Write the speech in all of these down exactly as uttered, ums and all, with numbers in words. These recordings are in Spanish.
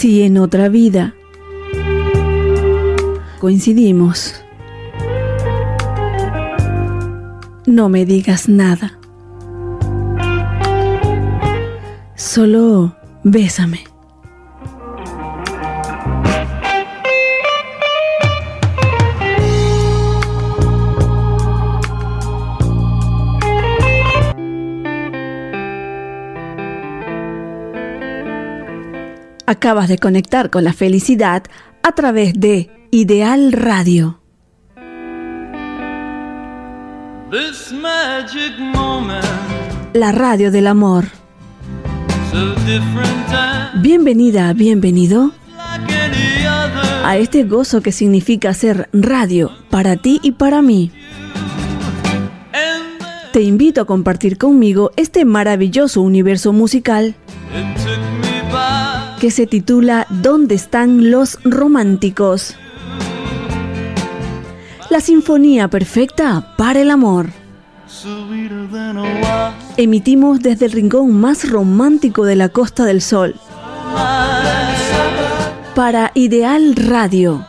si en otra vida coincidimos, no me digas nada. Solo bésame. Acabas de conectar con la felicidad a través de Ideal Radio. This magic moment, la radio del amor. so different and Bienvenida, bienvenido like any other. a este gozo que significa ser radio para ti y para mí. And Te invito a compartir conmigo este maravilloso universo musical it took me by que se titula ¿Dónde están los románticos? La sinfonía perfecta para el amor. sweeter than a wild Emitimos desde el rincón más romántico de la Costa del Sol para Ideal Radio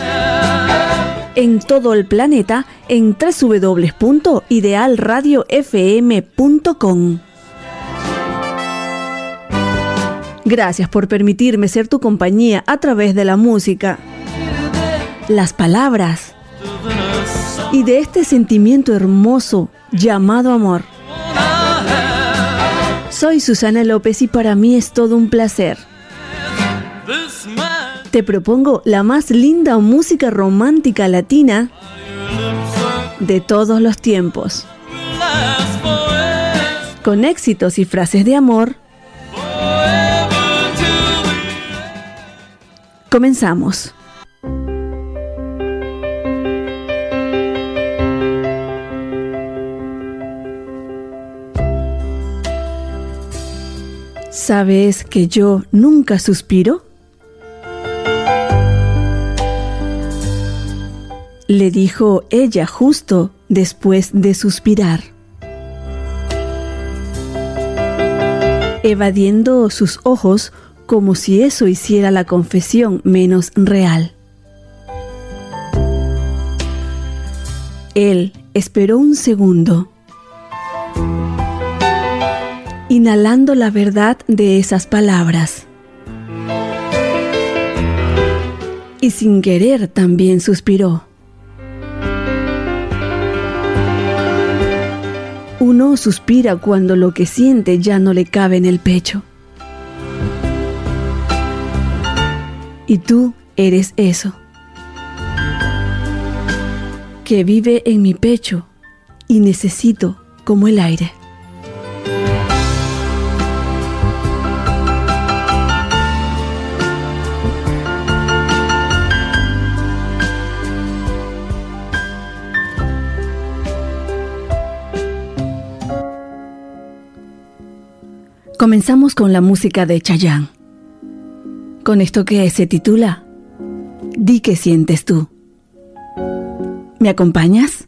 en todo el planeta en doble u doble u doble u punto ideal radio f m punto com. Gracias por permitirme ser tu compañía a través de la música, las palabras y de este sentimiento hermoso llamado amor. Soy Susana López y para mí es todo un placer. this man. Te propongo la más linda música romántica latina de todos los tiempos, Last forever, con éxitos y frases de amor. forever till the Comenzamos. ¿Sabes que yo nunca suspiro? Le dijo ella justo después de suspirar, evadiendo sus ojos como si eso hiciera la confesión menos real. Él esperó un segundo, inhalando la verdad de esas palabras. Y sin querer también suspiró. Uno suspira cuando lo que siente ya no le cabe en el pecho. Y tú eres eso, que vive en mi pecho y necesito como el aire. Comenzamos con la música de Chayanne, con esto que se titula Di qué sientes tú. ¿Me acompañas?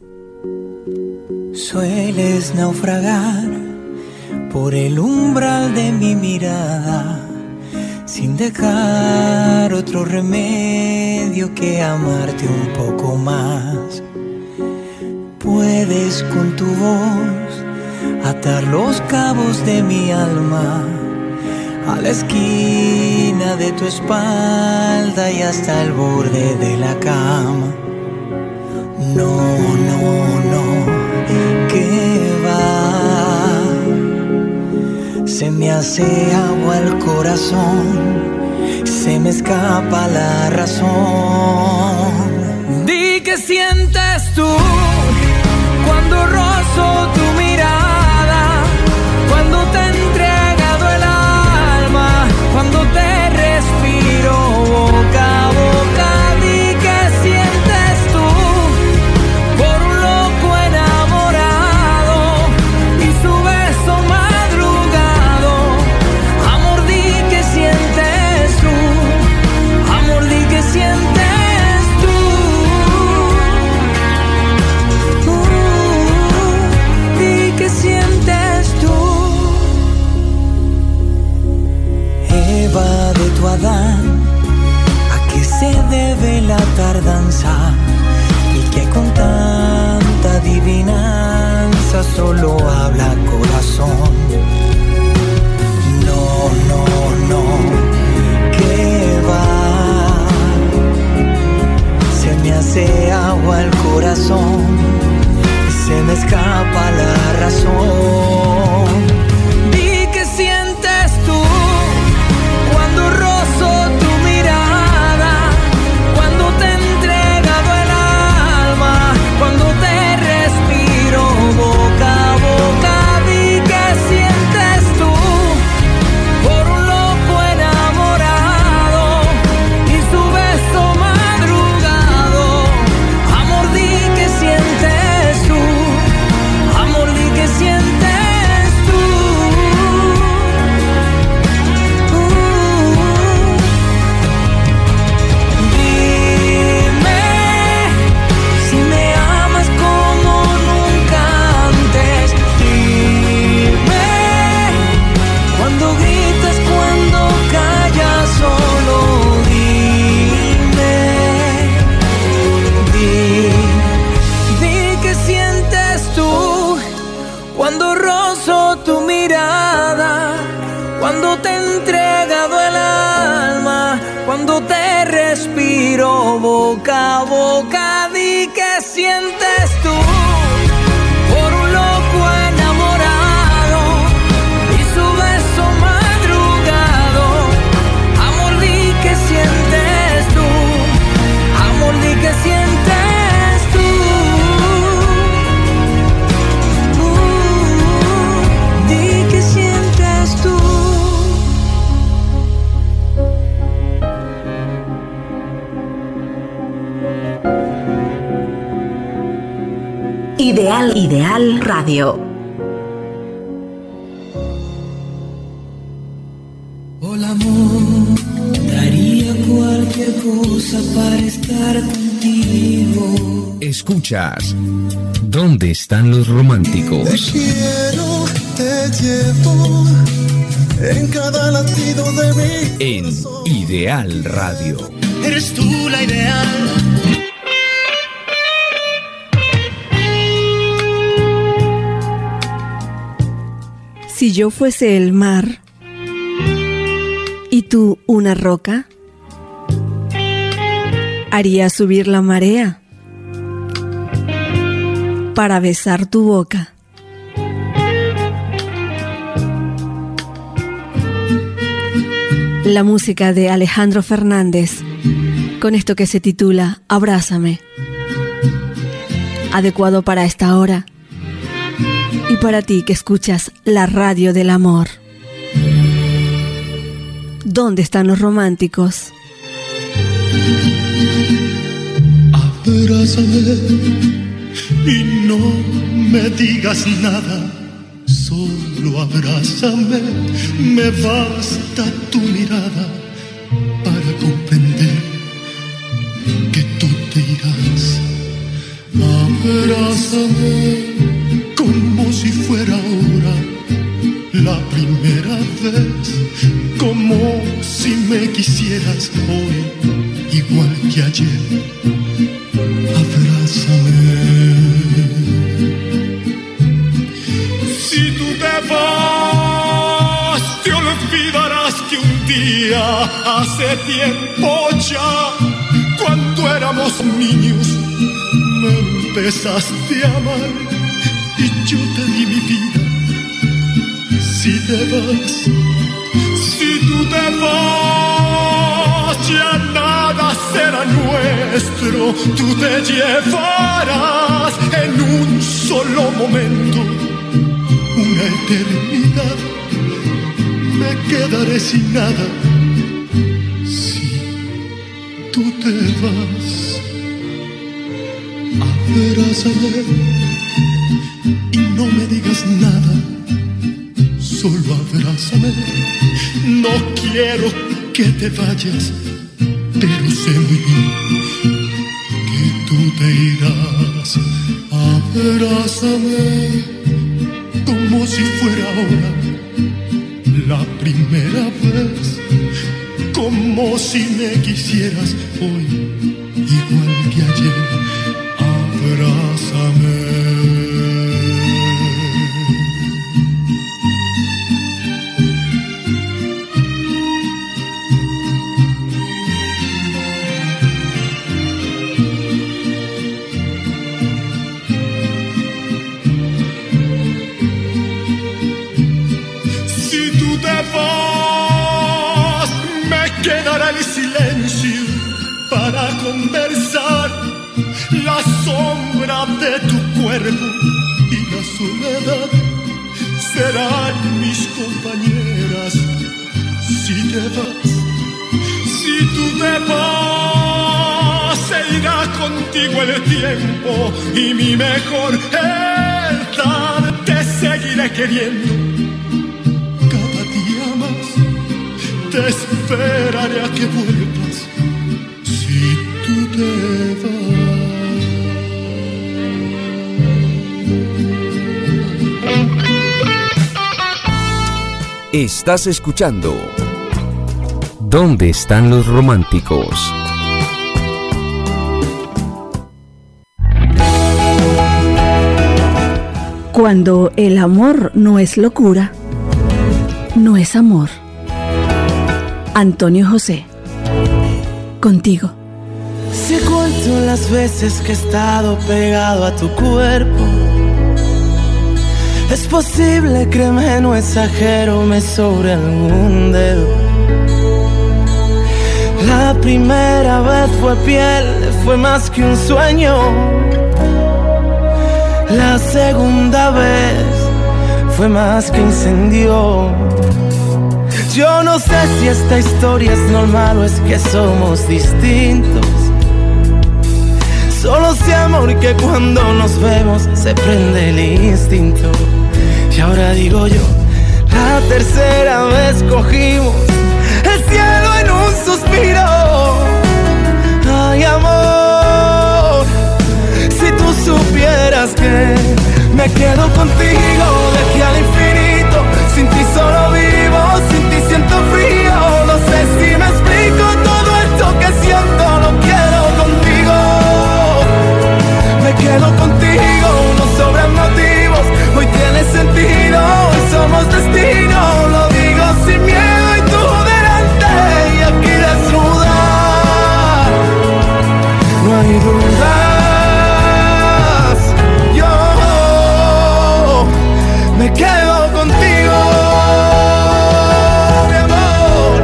Sueles naufragar por el umbral de mi mirada, sin dejar otro remedio que amarte un poco más. Puedes con tu voz atar los cabos de mi alma a la esquina de tu espalda y hasta el borde de la cama. No, no, no, que va. Se me hace agua el corazón, se me escapa la razón. Di qué sientes tú cuando rozo tu mirada, cuando te he entregado el alma, cuando te respiro boca a boca. Di qué sientes tú por un loco enamorado y su beso madrugado. Amor, di qué sientes tú, amor, di qué sientes tú. Uh, di qué sientes tú. Eva de tu Adán, debe la tardanza y que con tanta adivinanza solo habla corazón. No, no, no, que va, se me hace agua el corazón, se me escapa la razón. Di que sientes tú cuando rozo tu mirada, cuando te he entregado el alma, cuando te respiro boca a boca. Di que sientes tú por un loco enamorado y su beso madrugado. Amor, di que sientes tú, amor, di que sientes tú. Uh, dime si me amas como nunca antes. Dime cuando gritas, cuando callas, solo dime. Di, di que sientes tú cuando rozo tu mirada, cuando te he entregado el alma, cuando te respiro boca a boca. Di que sientes tú por un loco enamorado y su beso madrugado. Amor, di que sientes tú, amor, di que sientes tú. Uh, di que sientes tú. Ideal, Ideal Radio. Hola amor, daría cualquier cosa para estar contigo. Escuchas ¿Dónde están los románticos? Te quiero, te llevo en cada latido de mi En Ideal Radio. Eres tú la ideal. Si yo fuese el mar y tú una roca, haría subir la marea para besar tu boca. La música de Alejandro Fernández, con esto que se titula Abrázame. Adecuado para esta hora. Y para ti que escuchas la radio del amor. ¿Dónde están los románticos? Abrázame y no me digas nada, solo abrázame, me basta tu mirada para comprender que tú te irás. Abrázame como si fuera ahora la primera vez, como si me quisieras hoy, igual que ayer. Abrázame. Si tú te vas, te olvidarás que un día, hace tiempo ya, cuando éramos niños, me empezaste a amar y yo te di mi vida. Si te vas, si tú te vas, ya nada será nuestro. Tú te llevarás en un solo momento una eternidad. Me quedaré sin nada si tú te vas. Abrázame y no me digas nada, solo abrázame. No quiero que te vayas, pero sé muy bien que tú te irás. Abrázame como si fuera ahora la primera vez, como si me quisieras hoy, igual que ayer. Abrázame. El silencio para conversar, la sombra de tu cuerpo y la soledad serán mis compañeras. Si te vas, si tú te vas, se irá contigo el tiempo y mi mejor edad. Te seguiré queriendo cada día más. Te esperaré a que vuelvas si tú te vas. Estás escuchando ¿Dónde están los románticos? Cuando el amor no es locura, no es amor. Antonio José, contigo. Si cuento las veces que he estado pegado a tu cuerpo, es posible, créeme, no exagero, me sobre algún dedo. La primera vez fue piel, fue más que un sueño. La segunda vez fue más que incendio. Yo no sé si esta historia es normal o es que somos distintos. Solo sé, amor, que cuando nos vemos se prende el instinto. Y ahora digo yo, la tercera vez cogimos el cielo en un suspiro. Ay, amor, si tú supieras que me quedo contigo de aquí al infinito. Sin ti solo vivo, sin ti siento frío. No sé si me explico todo esto que siento. Lo quiero contigo. Me quedo contigo, no sobran motivos. Hoy tiene sentido, hoy somos destino. Lo digo sin miedo y tú delante. Y aquí desnuda, no hay dudas. Yo me quedo contigo, mi amor.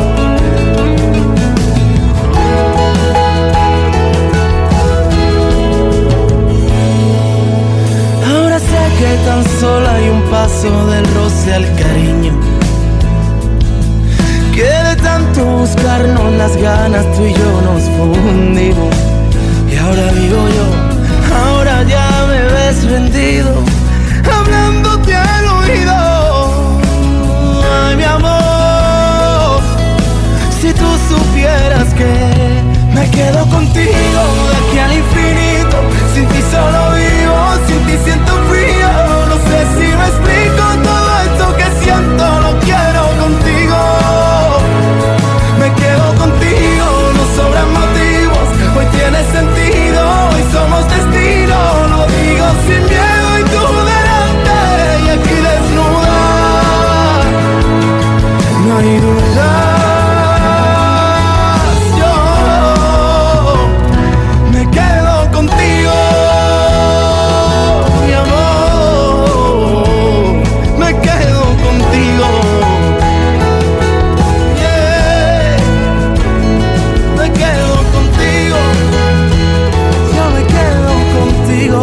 Ahora sé que tan solo hay un paso del roce al cariño, que de tanto buscarnos las ganas tú y yo nos fundimos. Y ahora digo yo, ahora ya me ves rendido, hablándote al oído. Ay, mi amor, si tú supieras que me quedo contigo de aquí al infinito. Sin ti solo vivo, sin ti siento frío. No sé si me explico todo esto que siento. Lo quiero contigo. Me quedo contigo, no sobran motivos. Hoy tiene sentido, hoy somos destino. Lo digo sin miedo y tú delante. Y aquí desnuda, no hay dudas. Yo me quedo contigo, mi amor. Me quedo contigo. Yeah. Me quedo contigo. Yo me quedo contigo.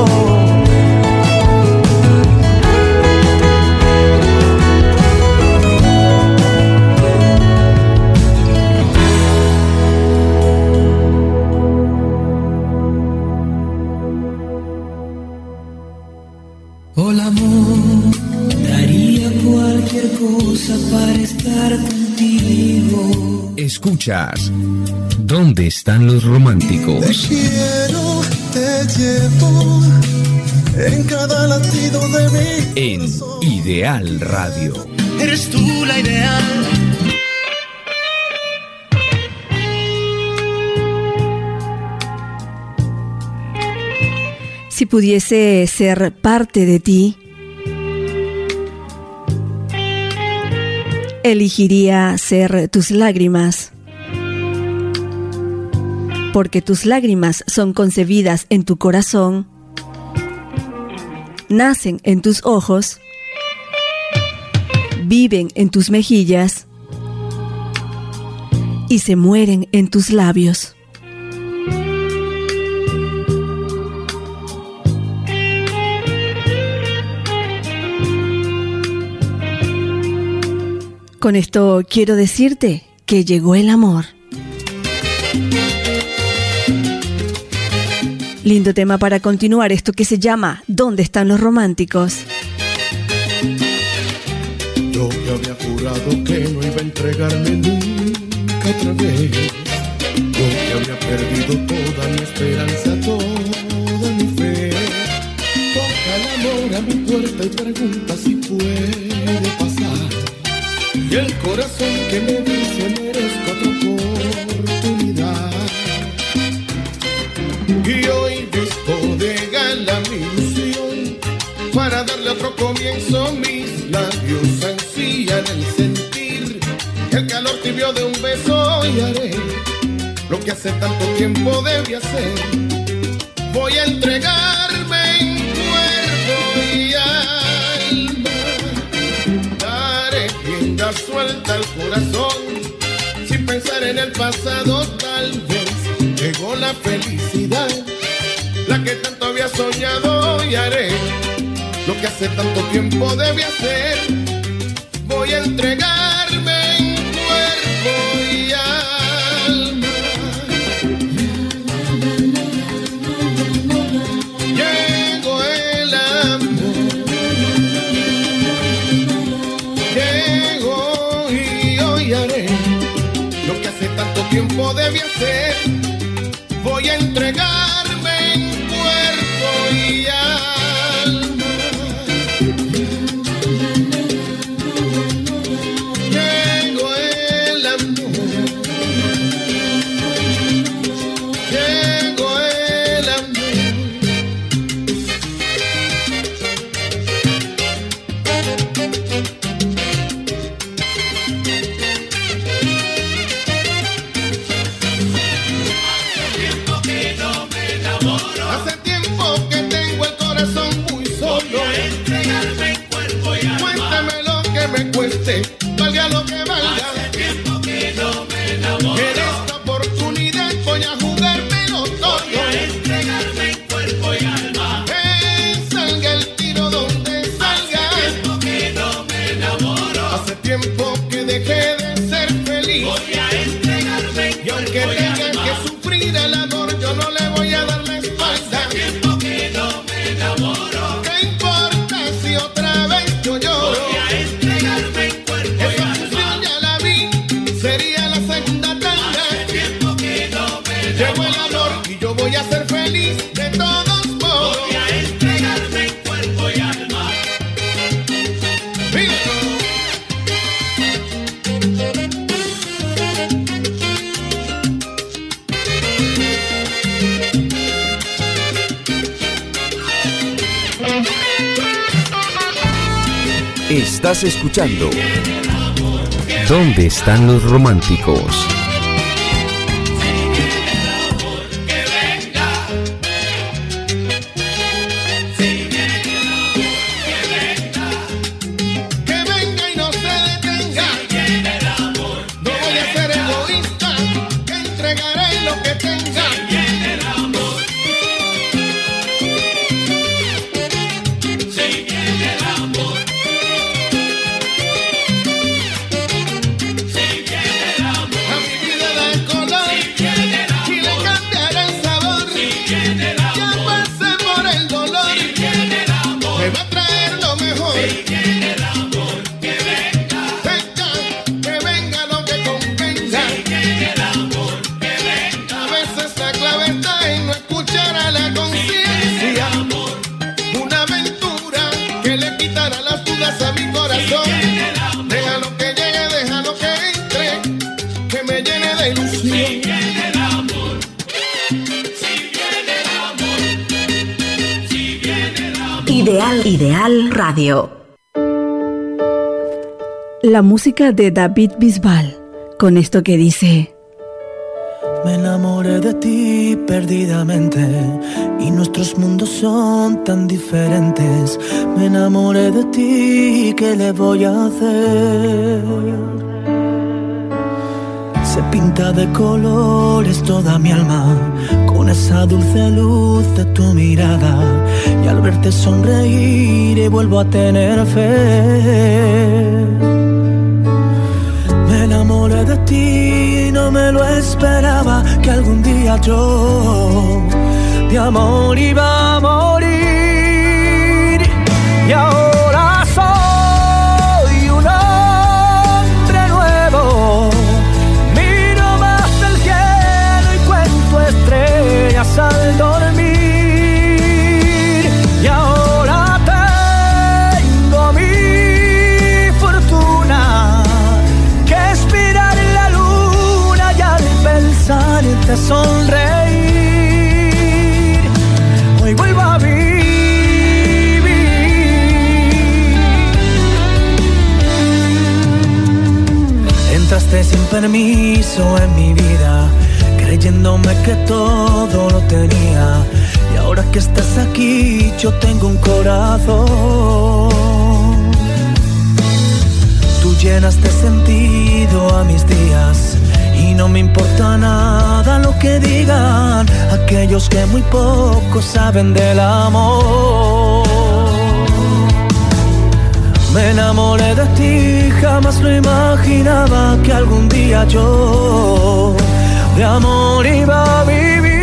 Hola, amor, daría cualquier cosa para estar contigo. Escuchas ¿Dónde están los Te románticos? quiero, te llevo en cada latido de mi En corazón. Ideal Radio. Eres tú la ideal. Si pudiese ser parte de ti, elegiría ser tus lágrimas, porque tus lágrimas son concebidas en tu corazón, nacen en tus ojos, viven en tus mejillas y se mueren en tus labios. Con esto quiero decirte que llegó el amor. Lindo tema para continuar esto que se llama ¿Dónde están los románticos? Yo me había jurado que no iba a entregarme nunca otra vez. Yo me había perdido toda mi esperanza, toda mi fe. Toca el amor a mi puerta y pregunta si puede pasar. Y el corazón que me dice merezco otra oportunidad. Y hoy visto de gala mi ilusión para darle otro comienzo. Mis labios ansían el sentir el calor tibio de un beso y haré lo que hace tanto tiempo debí hacer. Voy a entregarme en cuerpo y alma, daré rienda suelta al corazón sin pensar en el pasado. Tal vez llegó la felicidad, la que tanto había soñado, y haré lo que hace tanto tiempo debí hacer. Voy a entregarme en cuerpo y alma. Llegó el amor, llegó y hoy haré lo que hace tanto tiempo debí hacer. Voy a entregarme en cuerpo y alma. Llegó el amor, llegó el amor. Hace tiempo que tengo el corazón muy solo. Voy a entregarme en cuerpo y alma. Cuéntame lo que me cueste, valga lo que valga. Hace tiempo que no me enamoro. En esta oportunidad voy a jugármelo todo. Voy a entregarme en cuerpo y alma. Que salga el tiro donde salga. Hace tiempo que no me enamoro. Hace tiempo que dejé de ser feliz. Voy a entregarme en cuerpo y alma. Y aunque tengan que sufrir el amor, yo no le voy a dar la espalda. Hace tiempo que no me enamoro. ¿Qué importa si otra vez yo lloro? Voy a entregarme en cuerpo y alma. Esa función ya la vi, sería la segunda tanda. Hace tiempo que no me enamoro. Llegó el amor y yo voy a ser feliz de todos modos. Voy a entregarme en cuerpo y alma. Mira. Estás escuchando ¿Dónde están los románticos? Que venga y no se detenga. No voy a ser egoísta, que entregaré lo que tenga. A mi vida da color y le cambiará el sabor. Ya pasé por el dolor, me va a traer lo mejor. Venga, que venga lo que convenga. A veces la clave está en no escuchar a la conciencia. Una aventura que le quitará las dudas a mi corazón. Deja lo que llegue, deja lo que entre, que me llene de ilusión. Ideal, Ideal Radio. La música de David Bisbal, con esto que dice: me enamoré de ti perdidamente y nuestros mundos son tan diferentes. Me enamoré de ti, ¿qué le voy a hacer? Se pinta de colores toda mi alma con esa dulce luz de tu mirada, y al verte sonreír vuelvo a tener fe. Me enamoré de ti, no me lo esperaba, que algún día yo de amor iba a morir. Y ahora soy un hombre nuevo, miro más el cielo y cuento estrellas al dormir. Y ahora tengo mi fortuna, que expirar en la luna y al pensarte sonreír, hoy vuelvo a vivir. Entraste sin permiso en mi vida, creyéndome que todo lo tenía, y ahora que estás aquí yo tengo un corazón. Tú llenaste sentido a mis días y no me importa nada lo que digan aquellos que muy poco saben del amor. Me enamoré de ti, jamás lo imaginaba, que algún día yo de amor iba a vivir.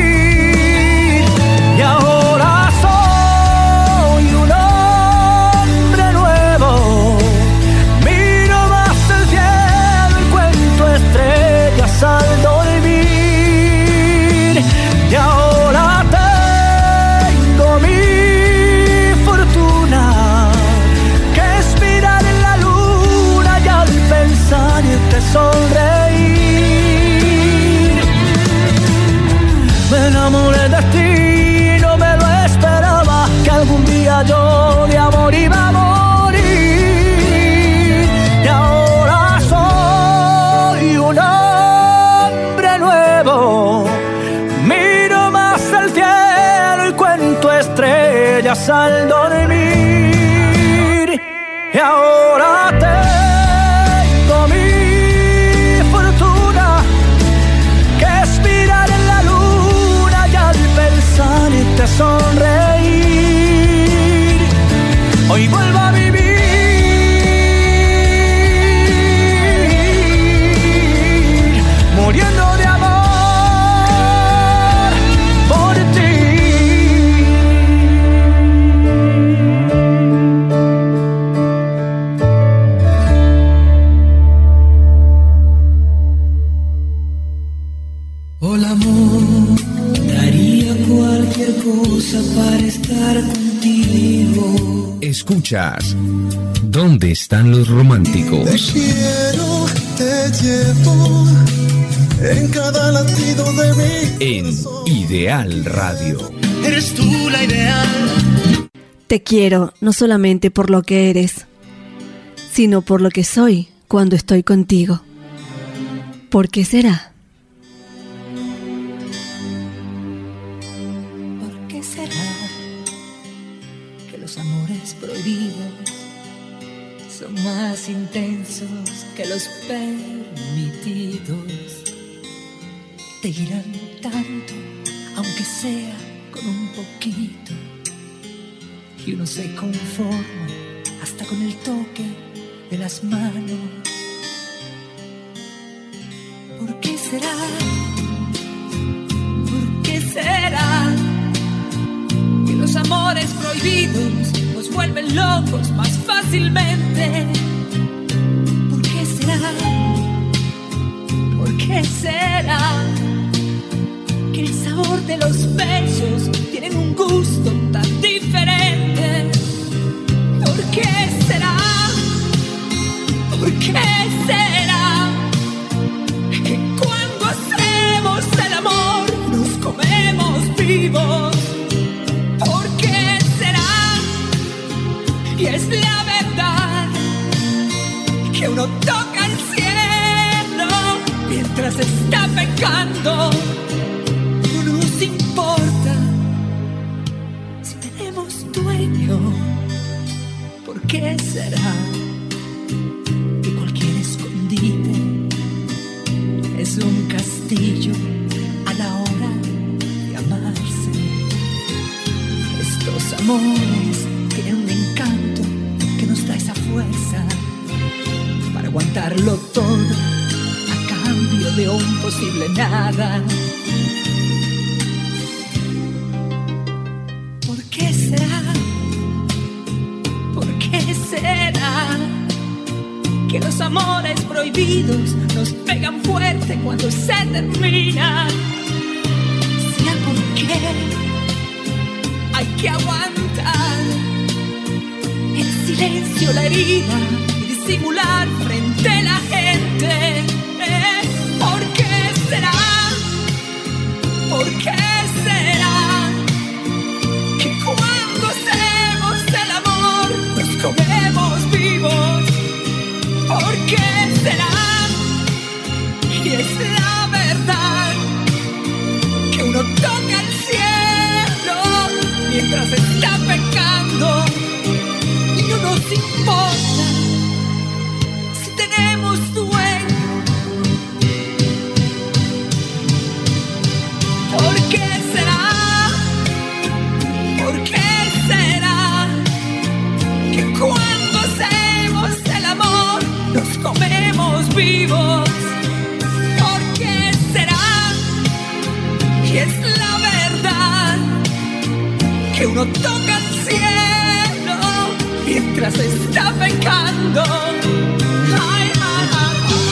Y ahora soy un hombre nuevo, miro más el cielo y cuento estrellas al dormir. Y ahora tengo mi fortuna, que expirar en la luna y al pensar y te sonreír. Me enamoré de ti, no me lo esperaba, que algún día yo de amor iba a morir. Y ahora soy un hombre nuevo, miro más al cielo y cuento estrellas al dormir. Y ahora tengo mi fortuna, que expirar en la luna y al pensar y te sonreír, hoy vuelvo a vivir, muriendo de amor por ti. Hola amor, daría cualquier cosa para estar contigo. Escuchas ¿Dónde están los románticos? Te quiero, te llevo en cada latido de mi En corazón. Ideal Radio. Eres tú la ideal. Te quiero no solamente por lo que eres, sino por lo que soy cuando estoy contigo. ¿Por qué será? ¿Por qué será que los amores prohibidos son más intensos que los permitidos? Te irán tanto, aunque sea con un poquito, y uno se conforma hasta con el toque de las manos. ¿Por qué será? ¿Por qué será que los amores prohibidos nos vuelven locos más fácilmente? ¿Por qué será? ¿Por qué será que el sabor de los besos tienen un gusto tan diferente? ¿Por qué será? ¿Por qué será que cuando hacemos el amor nos comemos vivos? ¿Por qué será sueño. ¿Por qué será que cualquier escondite es un castillo a la hora de amarse? Estos amores tienen un encanto que nos da esa fuerza para aguantarlo todo a cambio de un posible nada. ¿Por qué será? ¿Por qué será que los amores prohibidos nos pegan fuerte cuando se terminan? ¿Será por qué hay que aguantar en silencio la herida y disimular frente a la gente? ¿Eh? ¿Por qué será? ¿Por qué será que cuando hacemos el amor nos comemos vivos? ¿Por qué será? Y es la verdad que uno toca el cielo mientras está pecando y no nos importa si tenemos dueño. ¿Por qué será? ¿Por qué será que cuando hacemos el amor nos comemos vivos? ¿Por qué será? Y es la verdad que uno toca el cielo mientras está pecando. Ay, ay, ay,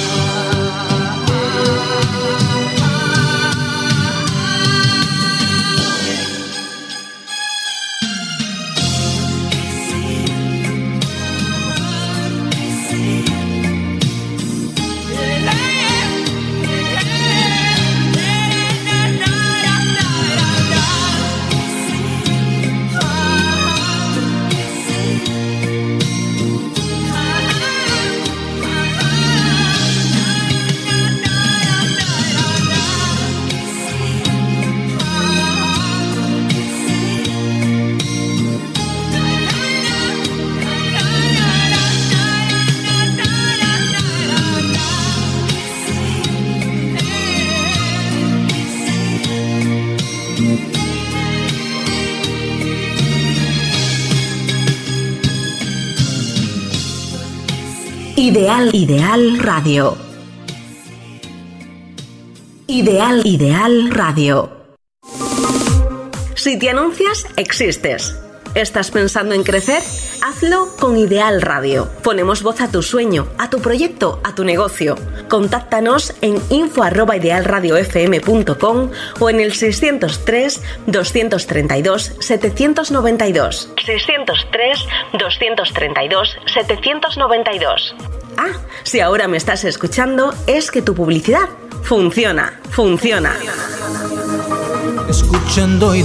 Ideal, Ideal Radio. Ideal, Ideal Radio. Si te anuncias, existes. ¿Estás pensando en crecer? Hazlo con Ideal Radio. Ponemos voz a tu sueño, a tu proyecto, a tu negocio. Contáctanos en info arroba ideal radio f m punto com o en el seiscientos tres, doscientos treinta y dos, setecientos noventa y dos. seiscientos tres, doscientos treinta y dos, setecientos noventa y dos. Ah, si ahora me estás escuchando, es que tu publicidad funciona, funciona. Escuchando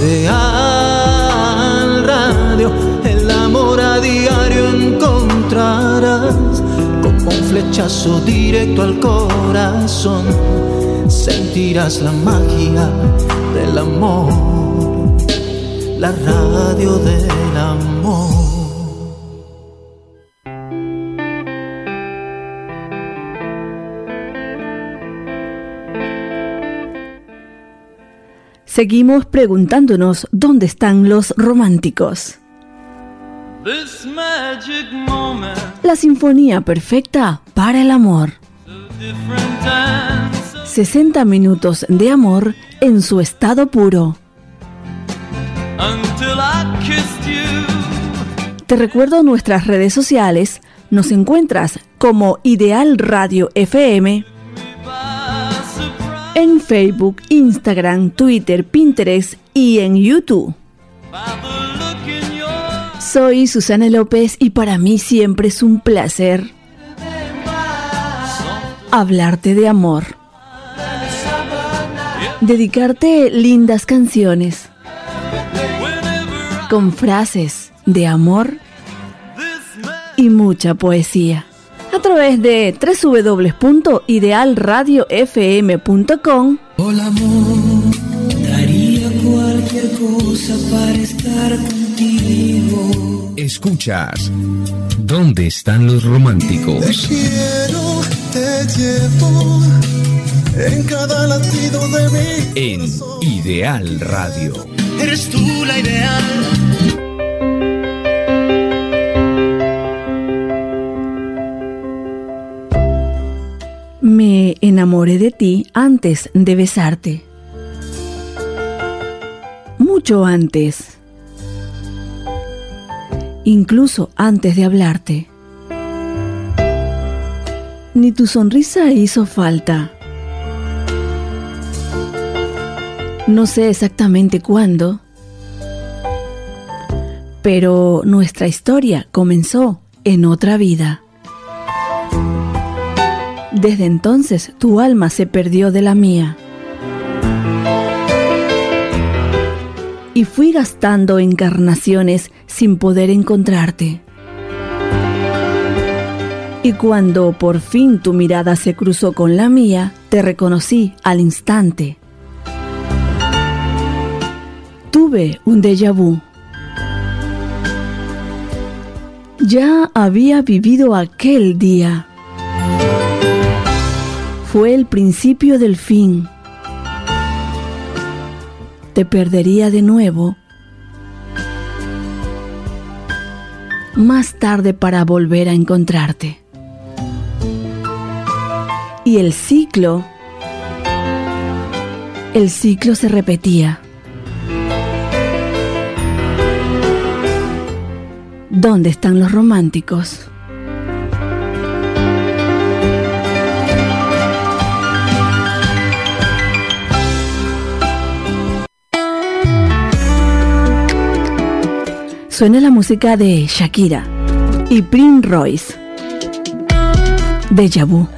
Ideal Radio, el amor a diario encontrarás, como un flechazo directo al corazón. Sentirás la magia del amor, la radio del amor. Seguimos preguntándonos dónde están los románticos. La sinfonía perfecta para el amor. sesenta minutos de amor en su estado puro. Te recuerdo nuestras redes sociales. Nos encuentras como Ideal Radio F M en Facebook, Instagram, Twitter, Pinterest y en YouTube. Soy Susana López y para mí siempre es un placer hablarte de amor, dedicarte lindas canciones con frases de amor y mucha poesía. A través de doble u doble u doble u punto ideal radio f m punto com. Hola amor, daría cualquier cosa para estar contigo. contigo. Escuchas ¿Dónde están los románticos? Te quiero, te llevo en cada latido de mi En Ideal Radio. Eres tú la ideal. Me enamoré de ti antes de besarte. Mucho antes. Incluso antes de hablarte. Ni tu sonrisa hizo falta. No sé exactamente cuándo, pero nuestra historia comenzó en otra vida. Desde entonces tu alma se perdió de la mía. Y fui gastando encarnaciones sin poder encontrarte. Y cuando por fin tu mirada se cruzó con la mía, te reconocí al instante. Tuve un déjà vu. Ya había vivido aquel día. Fue el principio del fin. Te perdería de nuevo más tarde para volver a encontrarte. Y el ciclo, el ciclo se repetía. ¿Dónde están los románticos? Suena la música de Shakira y Prince Royce. Déjà vu.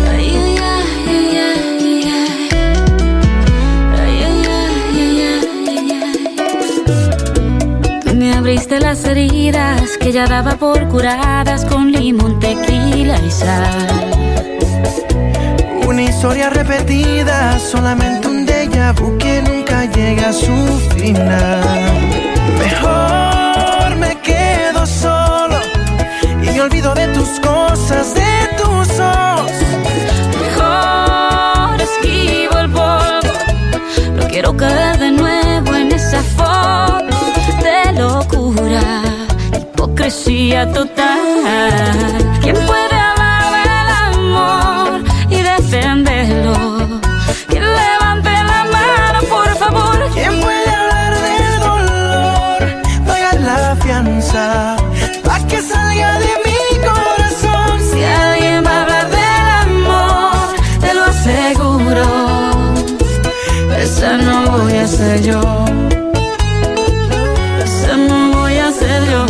Tú me abriste las heridas que ya daba por curadas con limón, tequila y sal. Una historia repetida, solamente un déjà vu que nunca llega a su final. Mejor me quedo solo y me olvido de tus cosas, de tus ojos. Mejor esquivo el polvo, no quiero caer de nuevo en esa foto de locura, hipocresía total. ¿Quién puede hablar del amor y defenderlo? ¿Quién levante la mano, por favor? ¿Quién puede hablar del dolor? Pagar la fianza pa' que salga de mi corazón. Si alguien va a hablar del amor, te lo aseguro, esa no voy a ser yo. Esa no voy a ser yo.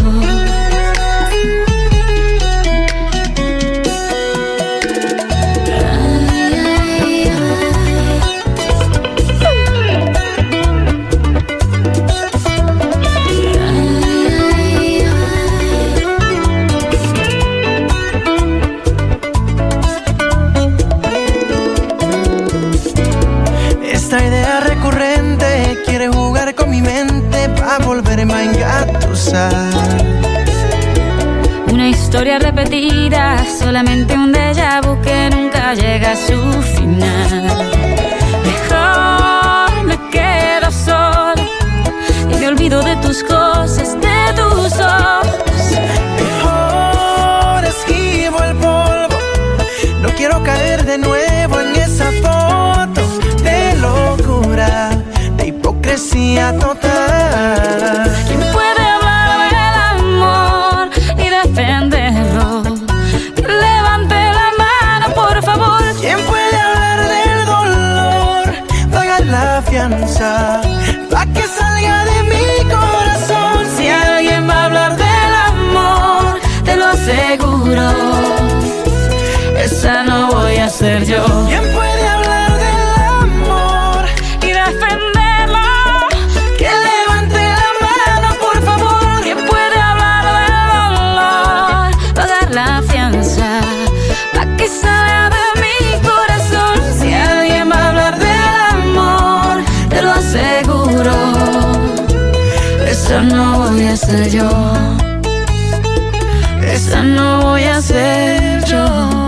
Esta idea recurrente quiere jugar con mi mente pa' volverme a engatusar. Una historia repetida, solamente un déjà vu que nunca llega a su final. Mejor me quedo solo y me olvido de tus cosas, de tus ojos. Mejor esquivo el polvo, no quiero caer de nuevo en esa foto de locura, de hipocresía total. ¿Quién puede hablar del amor y defenderlo? Que levante la mano, por favor. ¿Quién puede hablar del dolor? Pagar la fianza pa' que salga de mi corazón. Si alguien va a hablar del amor, te lo aseguro, esa no voy a ser yo. ¿Quién puede hablar del amor y defenderlo? que levante la mano, por favor? ¿Quién puede hablar del dolor? Pagar la fianza pa' que salga de mi corazón. Si alguien va a hablar del amor, te lo aseguro, esa no voy a ser yo. esa no voy a ser yo.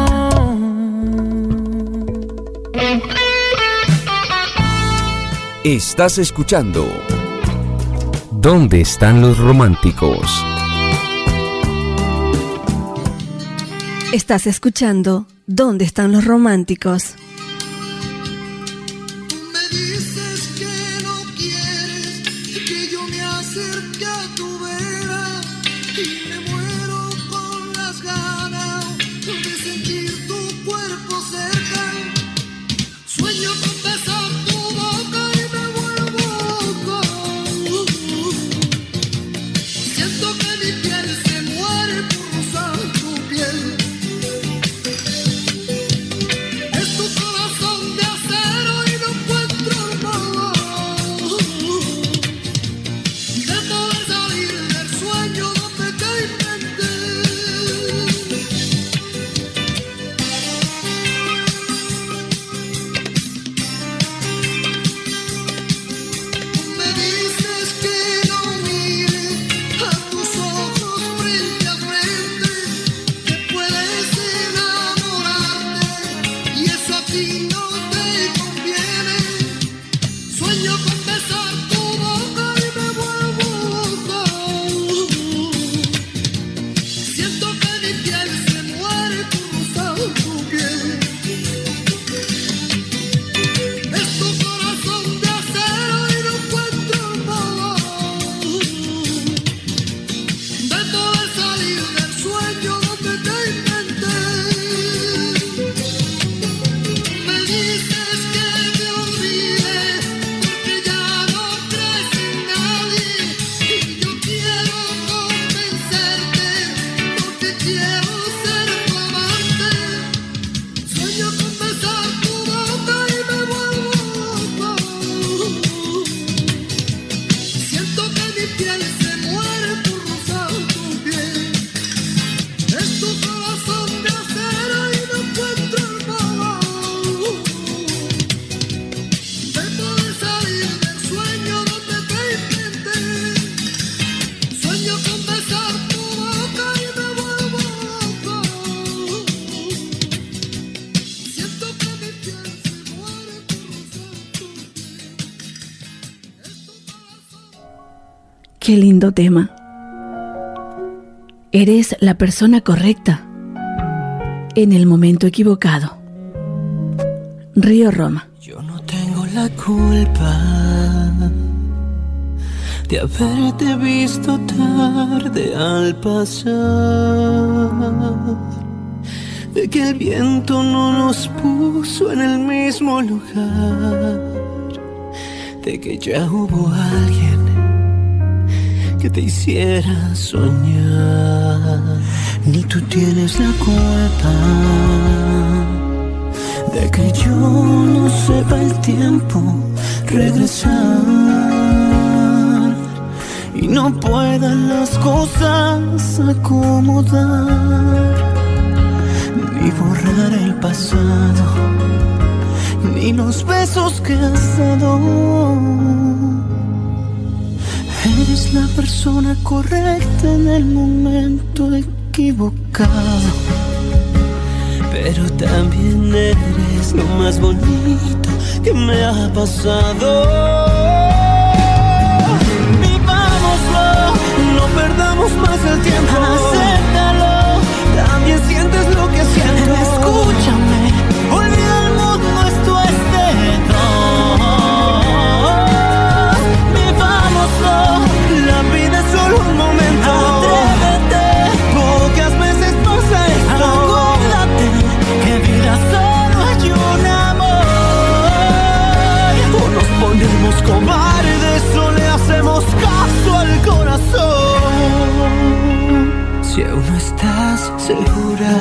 Estás escuchando ¿Dónde están los románticos? Estás escuchando ¿Dónde están los románticos? Me dices que no quieres que yo me acerque a tu vera y me muero con las ganas de sentir tu cuerpo cerca. Sueño con besar tu boca y me vuelvo loco. Siento que mi piel se muere por rozar tu piel. Es tu corazón de acero y no encuentro el valor de poder salir del sueño donde te inventé. Me dices que no mire a tus ojos frente a frente, que puedes enamorarte y eso a ti no te conviene. Sueño con besar tu boca y me vuelvo loco. Siento que mi piel se muere por rozar tu piel. Es tu corazón de acero y no encuentro el valor de poder salir del sueño donde te inventé. Me dices que me olvide porque ya no crees en nadie y yo quiero convencerte porque quiero ser tu amante. Sueño con besar tu boca y me vuelvo loco. Siento que mi piel se muere por rozar tu piel. Es tu corazón de acero y no encuentro el valor de poder salir del sueño donde te inventé. Sueño con besar tu boca y me vuelvo loco. Siento que mi piel se muere por rozar tu piel. Qué lindo tema. Eres la persona correcta en el momento equivocado. Río Roma. Yo no tengo la culpa de haberte visto tarde al pasar, de que el viento no nos puso en el mismo lugar, de que ya hubo alguien que te hiciera soñar. Ni tú tienes la culpa de que yo no sepa el tiempo regresar y no puedan las cosas acomodar, ni borrar el pasado, ni los besos que has dado. Eres la persona correcta en el momento equivocado, pero también eres lo más bonito que me ha pasado. Vivámoslo, no perdamos más el tiempo. Acéptalo, también sientes lo que siento. Escúchame, olvida el mundo, esto es de dos. Vivámoslo, la vida es solo un momento. Atrévete, pocas veces pasa esto. Acuérdate que vida solo hay un amor. O nos ponemos cobardes o le hacemos caso al corazón. Si aún no estás segura,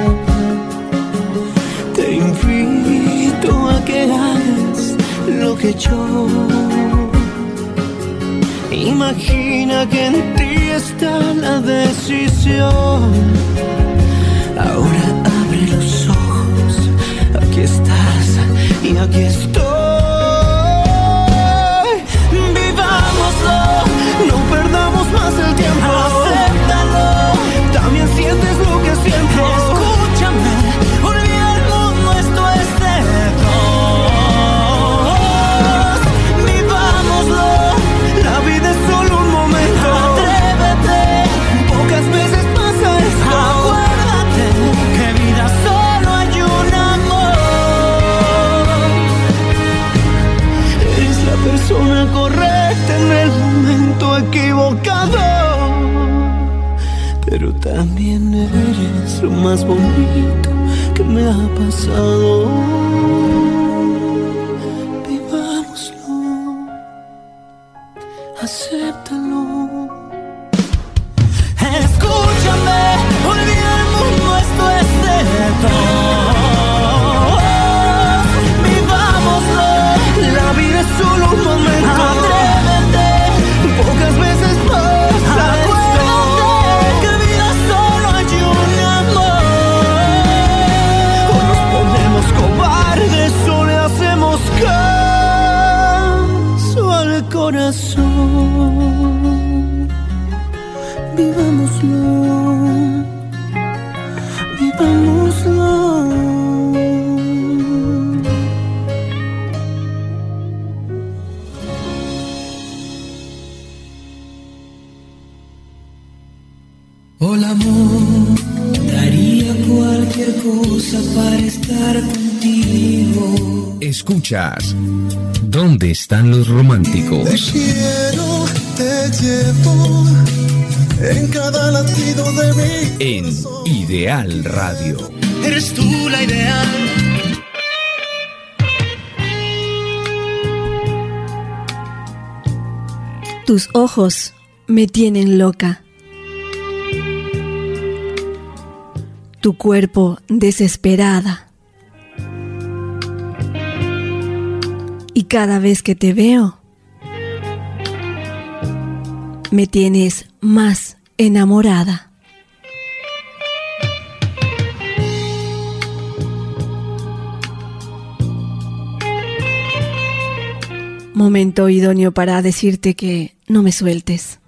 te invito a que hagas lo que yo. Imagina que en ti está la decisión. Ahora abre los ojos, aquí estás y aquí estoy. Vivámoslo, no perdamos más el tiempo. Acéptalo, también siento pero también eres lo más bonito que me ha pasado. Vivámoslo, acéptalo. Escúchame, olvida el mundo, esto es de todos. Vivámoslo, la vida es solo un momento. Atrévete, pocas veces pasa esto. Que vida solo hay un amor. O nos ponemos cobardes o le hacemos caso al corazón. Vivámoslo, vivámoslo. Hola amor, daría cualquier cosa para estar contigo. Escuchas ¿Dónde están los románticos? Te quiero, te llevo en cada latido de mi En Ideal Radio. Eres tú la ideal. Tus ojos me tienen loca. Tu cuerpo desesperada. Y cada vez que te veo, me tienes más enamorada. Momento idóneo para decirte que no me sueltes.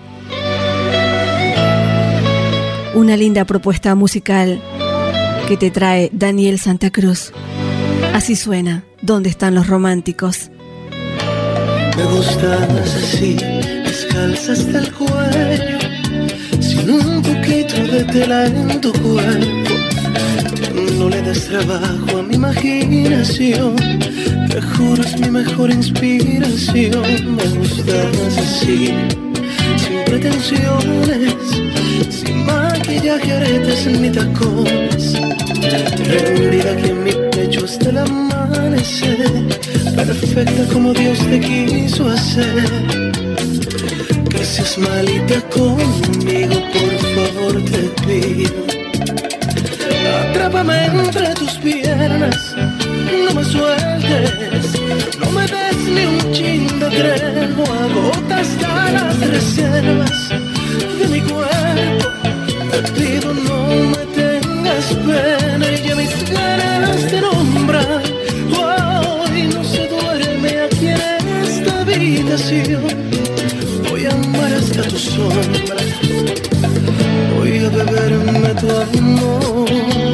Una linda propuesta musical que te trae Daniel Santa Cruz. Así suena ¿Dónde están los románticos? Me gustas así, descalza hasta el cuello, sin un poquito de tela en tu cuerpo. No le das trabajo a mi imaginación, te juro es mi mejor inspiración. Me gustas así, sin pretensiones, sin maquillaje, aretes ni tacones, rendida aquí en mi pecho hasta el amanecer, perfecta como Dios te quiso hacer. Que seas malita conmigo, por favor te pido. Atrápame entre tus piernas, no me sueltes, no me des ni un chin de tregua, agota hasta las reservas de mi cuerpo. Te pido no me tengas pena y ya mis ganas te nombran. Hoy no se duerme aquí en esta habitación. Voy a amar hasta tu sombra, voy a beberme tu amor.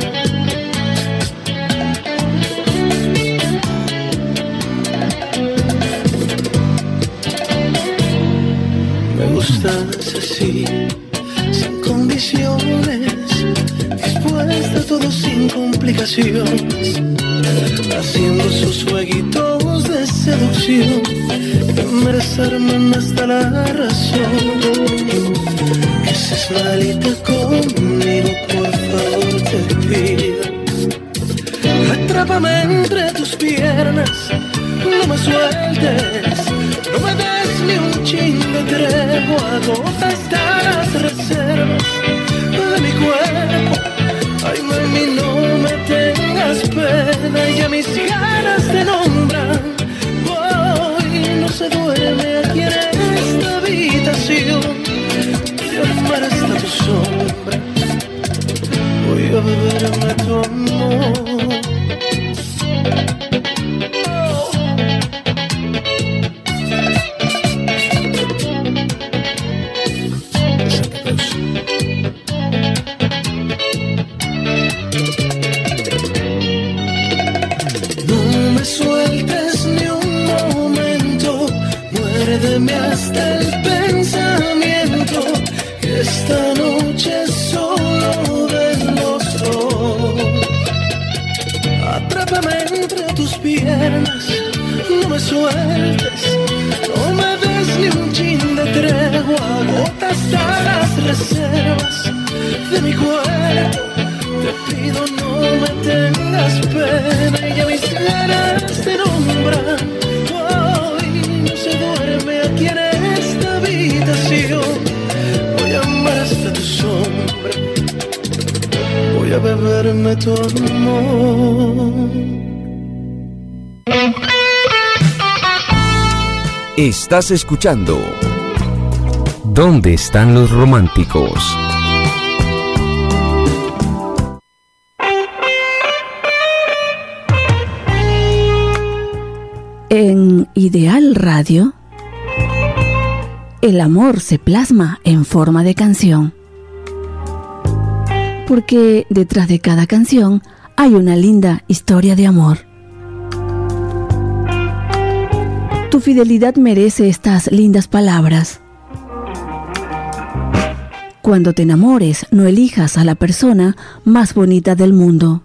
Me gustas así, sin condiciones, dispuesta a todo sin complicaciones, haciendo sus jueguitos de seducción que me desarman hasta la razón. Que seas malita conmigo, por favor te pido. Atrápame entre tus piernas, no me sueltes, no me des ni un chin de tregua, agota hasta las reservas de mi cuerpo. Ay mami, no me tengas pena, ya mis ganas te nombran. Hoy no se duerme aquí en esta habitación. Voy a amar hasta tu sombra, voy a beberme tu amor. Muérdeme hasta el pensamiento que esta noche es solo de los dos. Atrápame entre tus piernas, no me sueltes, no me des ni un chin de tregua, agota hasta las reservas beberme tu amor. Estás escuchando ¿Dónde están los románticos? En Ideal Radio, el amor se plasma en forma de canción. Porque detrás de cada canción hay una linda historia de amor. Tu fidelidad merece estas lindas palabras. Cuando te enamores, no elijas a la persona más bonita del mundo.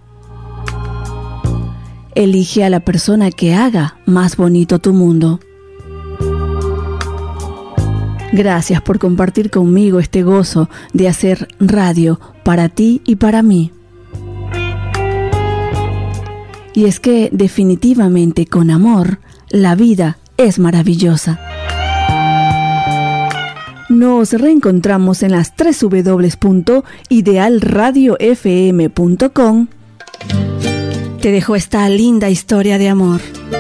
Elige a la persona que haga más bonito tu mundo. Gracias por compartir conmigo este gozo de hacer radio para ti y para mí. Y es que definitivamente con amor, la vida es maravillosa. Nos reencontramos en las doble u doble u doble u punto ideal radio f m punto com. Te dejo esta linda historia de amor.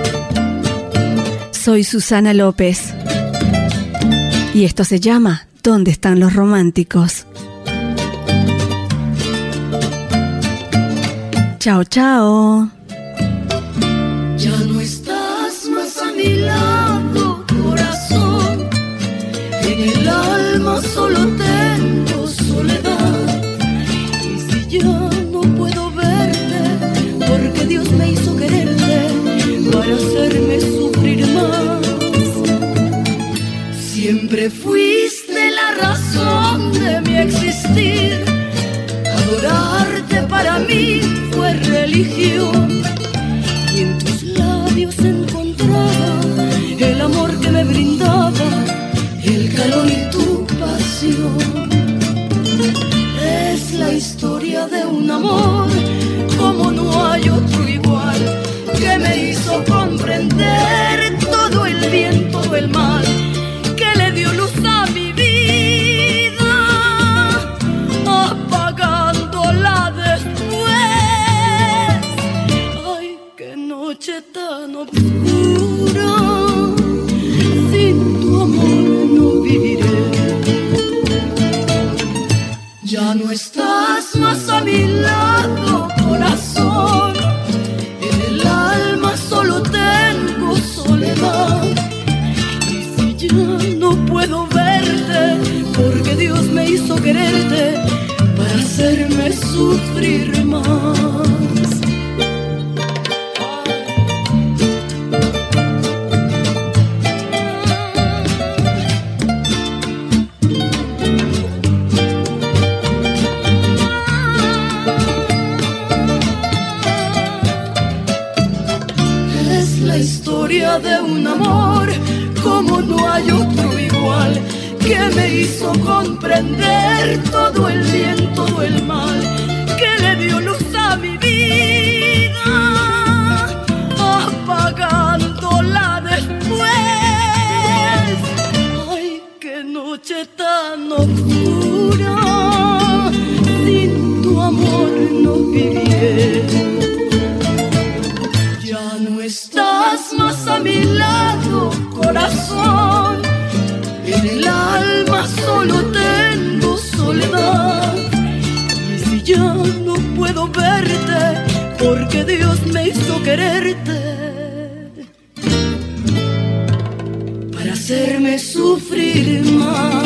Soy Susana López y esto se llama ¿Dónde están los románticos? Chao, chao. Ya no estás más a mi lado, corazón. En el alma solo tengo soledad. Y si ya no puedo verte, porque Dios me hizo quererte para hacerme sufrir más. Siempre fuiste la razón de mi existir. Adorarte para mí fue religión. Y en tus labios encontraba el amor que me brindaba, el calor y tu pasión. Es la historia de un amor como no hay otro igual, que me hizo comprender todo el bien, todo el mal, que le dio luz a mi vida, apagándola después. Ay, qué noche tan oscura, sin tu amor no viviré. Ya no estás más a mi lado, corazón. En el alma solo tengo soledad. Y si ya no puedo verte, porque Dios me hizo quererte para hacerme sufrir más. De un amor como no hay otro igual, que me hizo comprender todo el bien, todo el mal, que le dio luz a mi vida, apagándola después. Ay, qué noche tan oscura, sin tu amor no viviré. Ya no estás más a mi lado, corazón. En el alma solo tengo soledad. Y si ya no puedo verte, porque Dios me hizo quererte para hacerme sufrir más.